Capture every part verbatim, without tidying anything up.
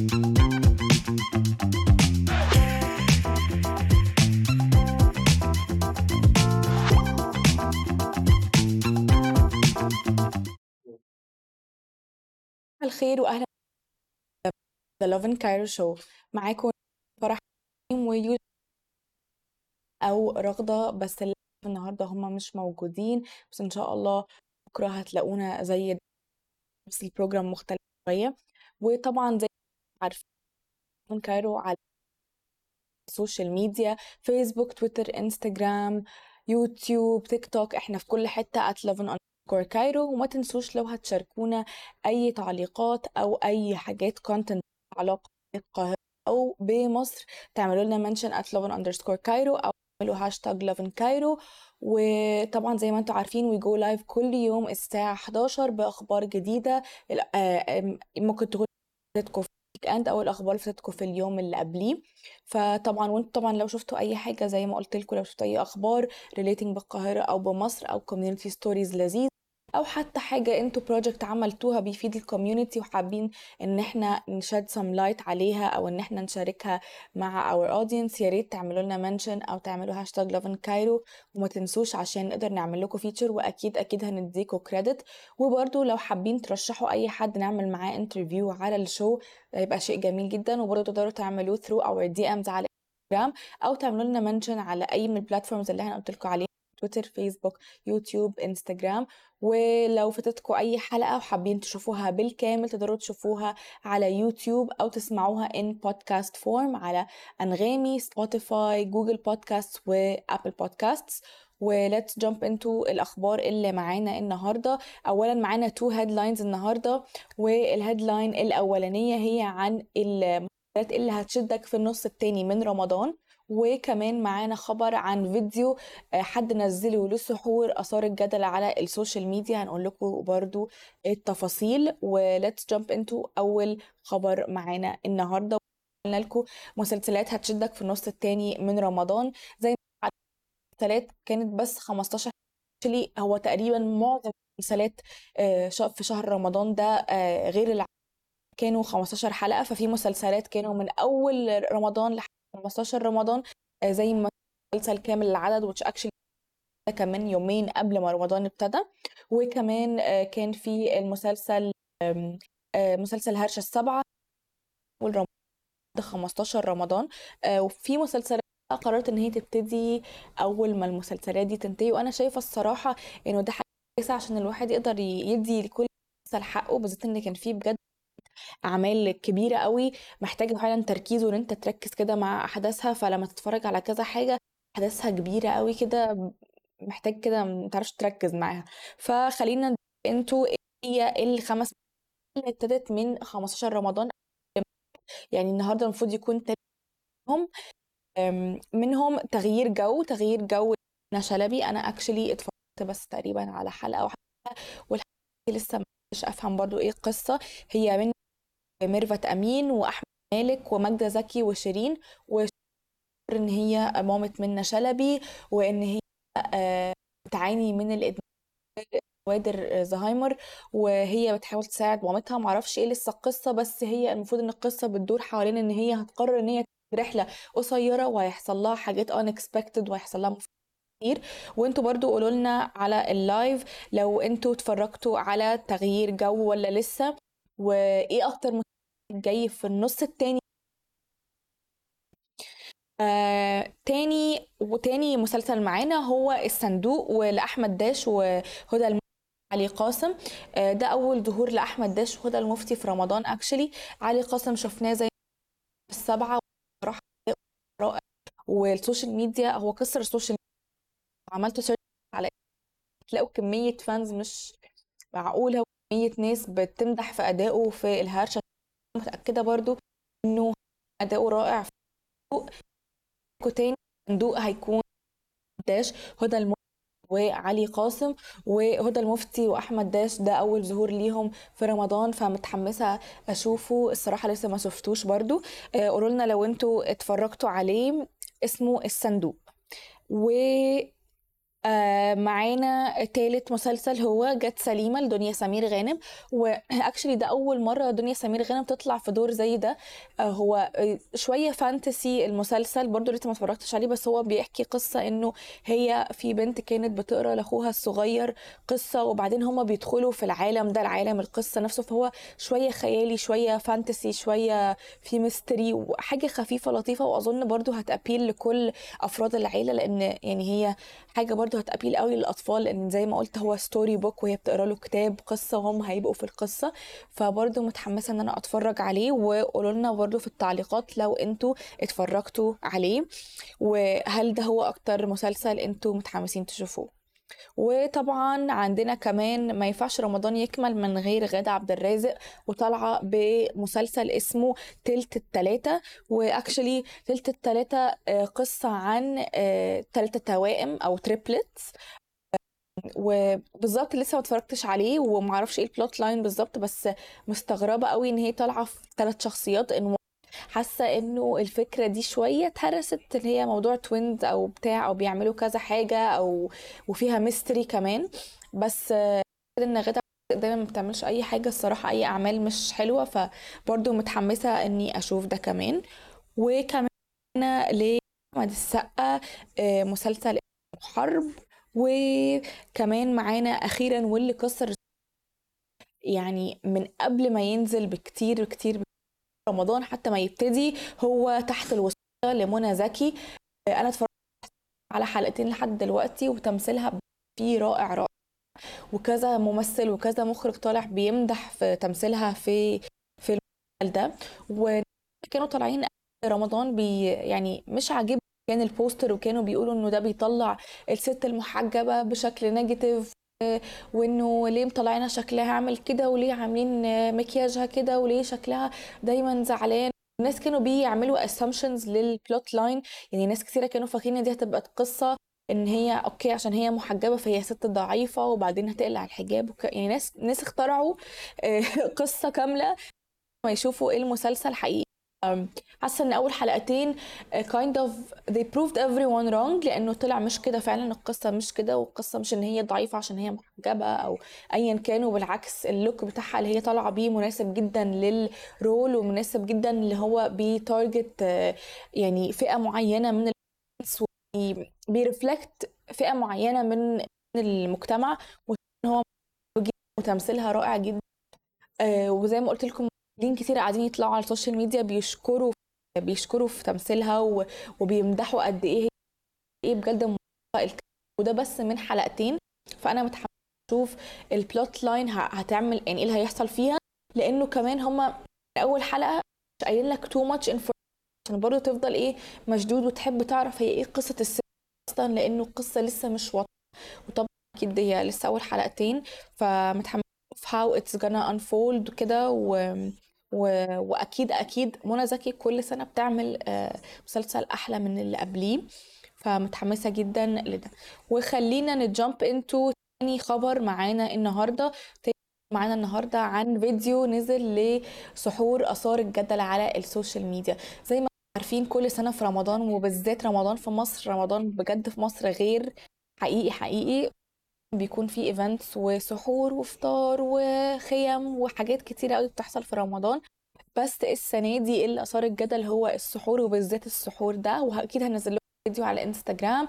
الخير واهلا ذا لوفن كايرو شو. معاكم فرح ويو او رغده، بس اللي النهارده هم مش موجودين، بس ان شاء الله بكره هتلاقونا زي بس البروجرام مختلف شويه. وطبعا زي ما عارفين لوفن كايرو على السوشيال ميديا، فيسبوك، تويتر، انستجرام، يوتيوب، تيك توك، احنا في كل حته at لوفن underscore كايرو. وما تنسوش لو هتشاركونا اي تعليقات او اي حاجات كونتنت علاقه بالقاهره او بمصر، تعملوا لنا منشن at لوفن underscore كايرو او تعملوا هاشتاج لوفن كايرو. وطبعا زي ما انتم عارفين وي جو لايف كل يوم الساعه حداشر باخبار جديده. ال- آه، ممكن تكون فاتتكم في الويك اند او الاخبار اللي فاتتكم في اليوم اللي قبليه. فطبعا وانتم طبعا لو شفتوا اي حاجه زي ما قلت لكم، لو شفتوا اي اخبار ريليتنج بالقاهره او بمصر او كوميونتي ستوريز لذيذ، او حتى حاجه انتوا بروجكت عملتوها بيفيد الكوميونتي وحابين ان احنا نشد سم لايت عليها او ان احنا نشاركها مع اور اودينس، يا ريت تعملوا لنا منشن او تعملوا هاشتاج لوفن كايرو. وما تنسوش عشان نقدر نعمل لكم فيتشر، واكيد اكيد هنديكم كريدت. وبرده لو حابين ترشحوا اي حد نعمل معاه انترفيو على الشو، هيبقى شيء جميل جدا. وبرضه تقدروا تعملوه ثرو اور دي امز على انستجرام، او تعملوا لنا منشن على اي من البلاتفورمز اللي احنا قلت لكم عليها، تويتر، فيسبوك، يوتيوب، انستجرام. ولو فاتتكم اي حلقه وحابين تشوفوها بالكامل، تقدروا تشوفوها على يوتيوب او تسمعوها ان بودكاست فورم على انغامي، سبوتيفاي، جوجل بودكاست وابل بودكاست. وليتس جامب انتو الاخبار اللي معانا النهارده. اولا معانا تو هيدلاينز النهارده، والهيدلاين الاولانيه هي عن المسلسلات اللي هتشدك في النص التاني من رمضان. وكمان معانا خبر عن فيديو آه، حد نزله للسحور اثار الجدل على السوشيال ميديا، هنقول لكم برضو التفاصيل. وليتس جامب انتو اول خبر معانا النهارده. قلنا لكم مسلسلات هتشدك في النص التاني من رمضان. زي ما المسلسلات كانت بس خمستاشر، actually هو تقريبا معظم المسلسلات آه، ش- في شهر رمضان ده آه، غير الع... كانوا خمستاشر حلقة. ففي مسلسلات كانوا من أول رمضان لحد خمستاشر رمضان، آه، زي ما مسلسل كامل العدد which actually ده كمان يومين قبل ما رمضان ابتدى. وكمان آه، كان في المسلسل آم، آه، مسلسل هرشة السبعة والرمضان خمستاشر رمضان. آه، وفي مسلسلات قررت ان هي تبتدي اول ما المسلسلات دي تنتهي. وانا شايفه الصراحه انه ده حاجه كويسه عشان الواحد يقدر ي- يدي لكل مسلسل حقه، بالذات ان كان فيه بجد اعمال كبيره قوي محتاجه فعلا تركيز وان انت تركز كده مع احداثها. فلما تتفرج على كذا حاجه احداثها كبيره قوي كده، محتاج كده متعرفش تركز معاها. فخلينا ن- انتوا إيه هي الخمس اللي ابتدت من خمستاشر رمضان. يعني النهارده المفروض يكون تاني أم، منهم تغيير جو. تغيير جو منى شلبي، انا اكشلي اتفرجت بس تقريبا على حلقه واحده، والحلقه دي لسه مش افهم برضو ايه القصه. هي من ميرفت امين واحمد مالك وماجدة زكي وشيرين، وشيرين ان هي مامة منى شلبي، وان هي آه، بتعاني من الادمان بوادر زهايمر، وهي بتحاول تساعد مامتها. معرفش ايه لسه القصة، بس هي المفروض ان القصة بتدور حوالين ان هي هتقرر ان هي تاخد رحلة قصيرة وهيحصل لها حاجات unexpected وهيحصل لها كتير. وانتوا برضو قولوا لنا على اللايف لو انتوا اتفرجتوا على تغيير جو ولا لسه، وايه اكتر مسلسل جاي في النص التاني. آه، تاني وتاني مسلسل معانا هو الصندوق ولأحمد داش وهدى المفتي علي قاسم. آه، ده أول ظهور لأحمد داش وهدى المفتي في رمضان اكشلي. علي قاسم شفناه زي السبعة، بصراحة رائع. والسوشيال ميديا هو كسر السوشيال ميديا. عملت سيرش على تلاقوا كمية فانز مش معقولة، وكمية ناس بتمدح في أدائه في الهرشة. متأكدة برضو إنه أداؤه رائع في الصندوق. تاني صندوق هيكون داش، هدى المفتي وعلي قاسم. وهدى المفتي واحمد داش ده اول ظهور ليهم في رمضان، فمتحمسه اشوفه الصراحه، لسه ما شفتوش برضو. آه، قولوا لنا لو انتوا اتفرجتوا عليه. اسمه الصندوق. و آه معانا تالت مسلسل هو جت سليمة لدنيا سمير غانم، واكشلي ده اول مرة دنيا سمير غانم تطلع في دور زي ده. آه هو آه، شوية فانتسي المسلسل، برضو لسه ما اتفرجتش عليه، بس هو بيحكي قصة انه هي في بنت كانت بتقرا لاخوها الصغير قصة، وبعدين هما بيدخلوا في العالم ده، العالم القصة نفسه، فهو شوية خيالي شوية فانتسي شوية في ميستري وحاجة خفيفة لطيفة، واظن برضو هتأبيل لكل افراد العيلة، لان يعني هي حاجة برضو هتأبيل قوي للأطفال، لأن زي ما قلت هو ستوري بوك وهي بتقرا له كتاب قصة وهم هيبقوا في القصة. فبرضو متحمسة إن أنا أتفرج عليه، وقولوا لنا برضو في التعليقات لو أنتوا اتفرجتوا عليه، وهل ده هو أكتر مسلسل أنتوا متحمسين تشوفوه. وطبعا عندنا كمان ما ينفعش رمضان يكمل من غير غادة عبد الرازق، وطالعة بمسلسل اسمه تلت التلاتة. واكشلي تلت التلاتة آه، قصة عن آه، تلاتة توائم او تريبلتس، وبالظبط لسه ما اتفرجتش عليه ومعرفش ايه البلوت لاين بالظبط، بس مستغربة قوي ان هي طالعة في ثلاث شخصيات. ان حاسة انه الفكرة دي شوية اتهرست، اللي هي موضوع توينز او بتاع او بيعملوا كذا حاجة او وفيها ميستري كمان. بس آه، ان غدا دايما ما بتعملش اي حاجة الصراحة، اي اعمال مش حلوة، فبرضه متحمسة اني اشوف ده كمان. وكمان لأحمد السقا آه، مسلسل حرب. وكمان معانا اخيرا واللي كسر يعني من قبل ما ينزل بكتير كتير، رمضان حتى ما يبتدي، هو تحت الوصية لمنى زكي. انا اتفرجت على حلقتين لحد دلوقتي، وتمثيلها فيه رائع رائع، وكذا ممثل وكذا مخرج طالع بيمدح في تمثيلها في في المسلسل ده. وكانوا طالعين رمضان بي يعني مش عاجب كان البوستر، وكانوا بيقولوا انه ده بيطلع الست المحجبة بشكل نيجاتيف، وانه ليه مطلعينها شكلها عامل كده، وليه عاملين مكياجها كده، وليه شكلها دايما زعلان. الناس كانوا بيعملوا assumptions للبلوت لاين، يعني ناس كثيرة كانوا فاكرين ان دي هتبقى قصة ان هي اوكي عشان هي محجبة فهي ست ضعيفة وبعدين هتقلع الحجاب وك... يعني ناس ناس اخترعوا آه، قصة كاملة ما يشوفوا ايه المسلسل حقيقي. أم، حاسه ان اول حلقتين آه، kind of they proved everyone wrong، لانه طلع مش كده فعلا، القصه مش كده، والقصه مش ان هي ضعيفه عشان هي محجبه او ايا كان، وبالعكس اللوك بتاعها اللي هي طالعه بيه مناسب جدا للرول، ومناسب جدا اللي هو بيتارجت آه، يعني فئه معينه من الناس، بيرفلكت فئه معينه من من المجتمع، وان هو وتمثيلها رائع جدا. آه وزي ما قلت لكم ممثلين كتير قاعدين يطلعوا على السوشيال ميديا بيشكروا بيشكروا في تمثيلها و- وبيمدحوا قد ايه هي ايه بجد ممثلة الك- وده بس من حلقتين. فانا متحمسه اشوف البلوت لاين هتعمل يعني ايه اللي هيحصل فيها، لانه كمان هما من اول حلقه مش قايلين لك تو ماتش انفورميشن، عشان برضه تفضل ايه مشدود وتحب تعرف هي ايه قصه الست اصلا، لانه القصه لسه مش واضحه. وطبعا اكيد هي لسه اول حلقتين، فمتحمسه اشوف how it's gonna unfold وكده و... و... واكيد اكيد منى زكي كل سنه بتعمل آه، مسلسل احلى من اللي قبليه، فمتحمسه جدا لده. وخلينا نجامب انتو تاني خبر معانا النهارده. تاني معانا النهارده عن فيديو نزل لسحور اثار الجدل على السوشيال ميديا. زي ما عارفين كل سنه في رمضان، وبالذات رمضان في مصر، رمضان بجد في مصر غير حقيقي حقيقي، بيكون في ايفنتس وسحور وفطار وخيم وحاجات كتيرة قوي بتحصل في رمضان. بس السنة دي اللي أثار الجدل هو السحور، وبالذات السحور ده، وأكيد هنزل لكم فيديو على انستجرام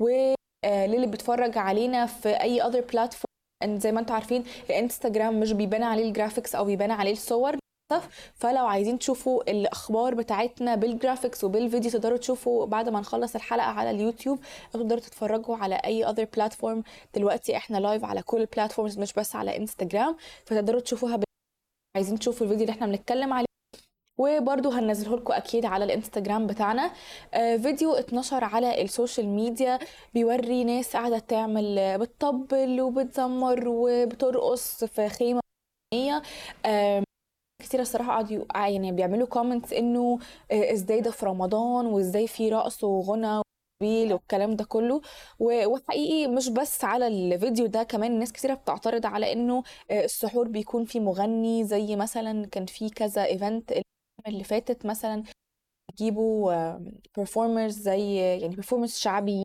وللي بيتفرج علينا في أي other platform. إن زي ما انتم عارفين الانستجرام مش بيبان عليه الجرافيكس أو بيبان عليه الصور للأسف، فلو عايزين تشوفوا الأخبار بتاعتنا بالجرافيكس وبالفيديو تقدروا تشوفوا بعد ما نخلص الحلقة على اليوتيوب، تقدروا تتفرجوا على أي other platform. دلوقتي احنا لايف على كل البلاتفورمز مش بس على انستجرام، فتقدروا تشوفوها بال- عايزين تشوفوا الفيديو اللي احنا بنتكلم عليه. وبرضو هننزله لكم اكيد على الانستجرام بتاعنا. آه فيديو اتنشر على السوشيال ميديا بيوري ناس قاعدة تعمل آه، بتطبل وبتزمر وبترقص في خيمة فنية. آه كتير الصراحة قعدوا يق- يعني بيعملوا كومنتس انه آه، ازاي ده في رمضان، وازاي في رقص وغنى وبيل والكلام ده كله. و- وحقيقي مش بس على الفيديو ده، كمان ناس كتيرة بتعترض على انه آه، السحور بيكون في مغني، زي مثلا كان في كذا ايفنت اللي فاتت مثلا يجيبوا performers زي يعني performers شعبي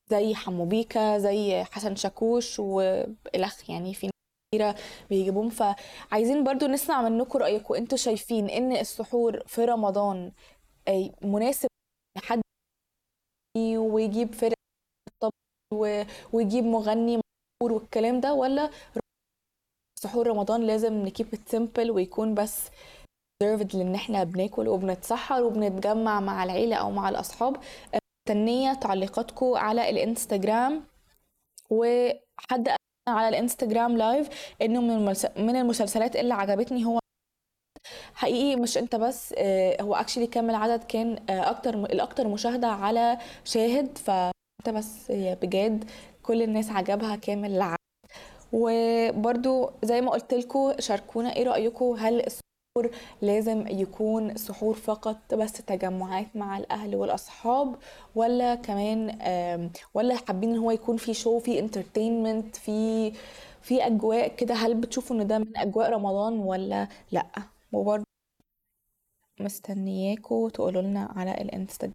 زي حمو بيكا، زي حسن شاكوش والأخ، يعني في ناس كتيرة بيجيبوهم. فعايزين برضو نسمع منكم رأيكم، انتوا شايفين ان السحور في رمضان أي مناسب لحد ويجيب فرق طب و- ويجيب مغني مشهور والكلام ده، ولا سحور رمضان لازم نكيب ات سيمبل ويكون بس deserved لان احنا بناكل وبنتسحر وبنتجمع مع العيلة او مع الاصحاب؟ مستنية تعليقاتكم على الانستجرام. وحد قال على الانستجرام لايف انه من المس- من المسلسلات اللي عجبتني هو حقيقي مش انت بس، آه، هو اكشلي كامل عدد كان آه، اكتر الاكتر مشاهدة على شاهد. فانت بس هي بجد كل الناس عجبها كامل العدد. وبرضو زي ما قلت لكم شاركونا ايه رأيكم، هل السحور لازم يكون سحور فقط بس تجمعات مع الاهل والاصحاب، ولا كمان آم، ولا حابين ان هو يكون في شو، في انترتينمنت، في في اجواء كده؟ هل بتشوفوا ان ده من اجواء رمضان ولا لا؟ وبرضو مستنياكوا تقولوا لنا على الانستجرام.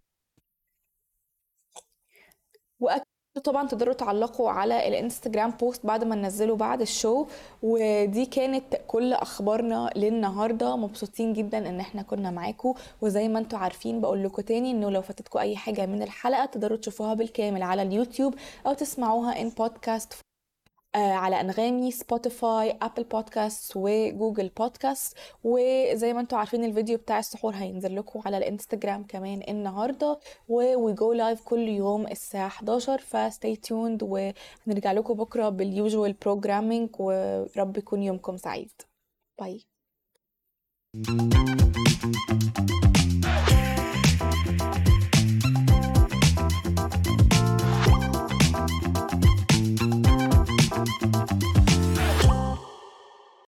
واكيد طبعا تقدروا تعلقوا على الانستجرام بوست بعد ما ننزله بعد الشو. ودي كانت كل اخبارنا للنهارده، مبسوطين جدا ان احنا كنا معاكم. وزي ما انتم عارفين بقول لكم تاني انه لو فاتتكم اي حاجه من الحلقه تقدروا تشوفوها بالكامل على اليوتيوب او تسمعوها ان بودكاست آه، على انغامي، سبوتيفاي، ابل بودكاست وجوجل بودكاست. وزي ما انتم عارفين الفيديو بتاع السحور هينزل لكم على الانستجرام كمان النهارده، وي جو لايف كل يوم الساعه حداشر. فستي تيوند، وهنرجع لكم بكره باليوجوال بروجرامينج. ورب يكون يومكم سعيد. باي.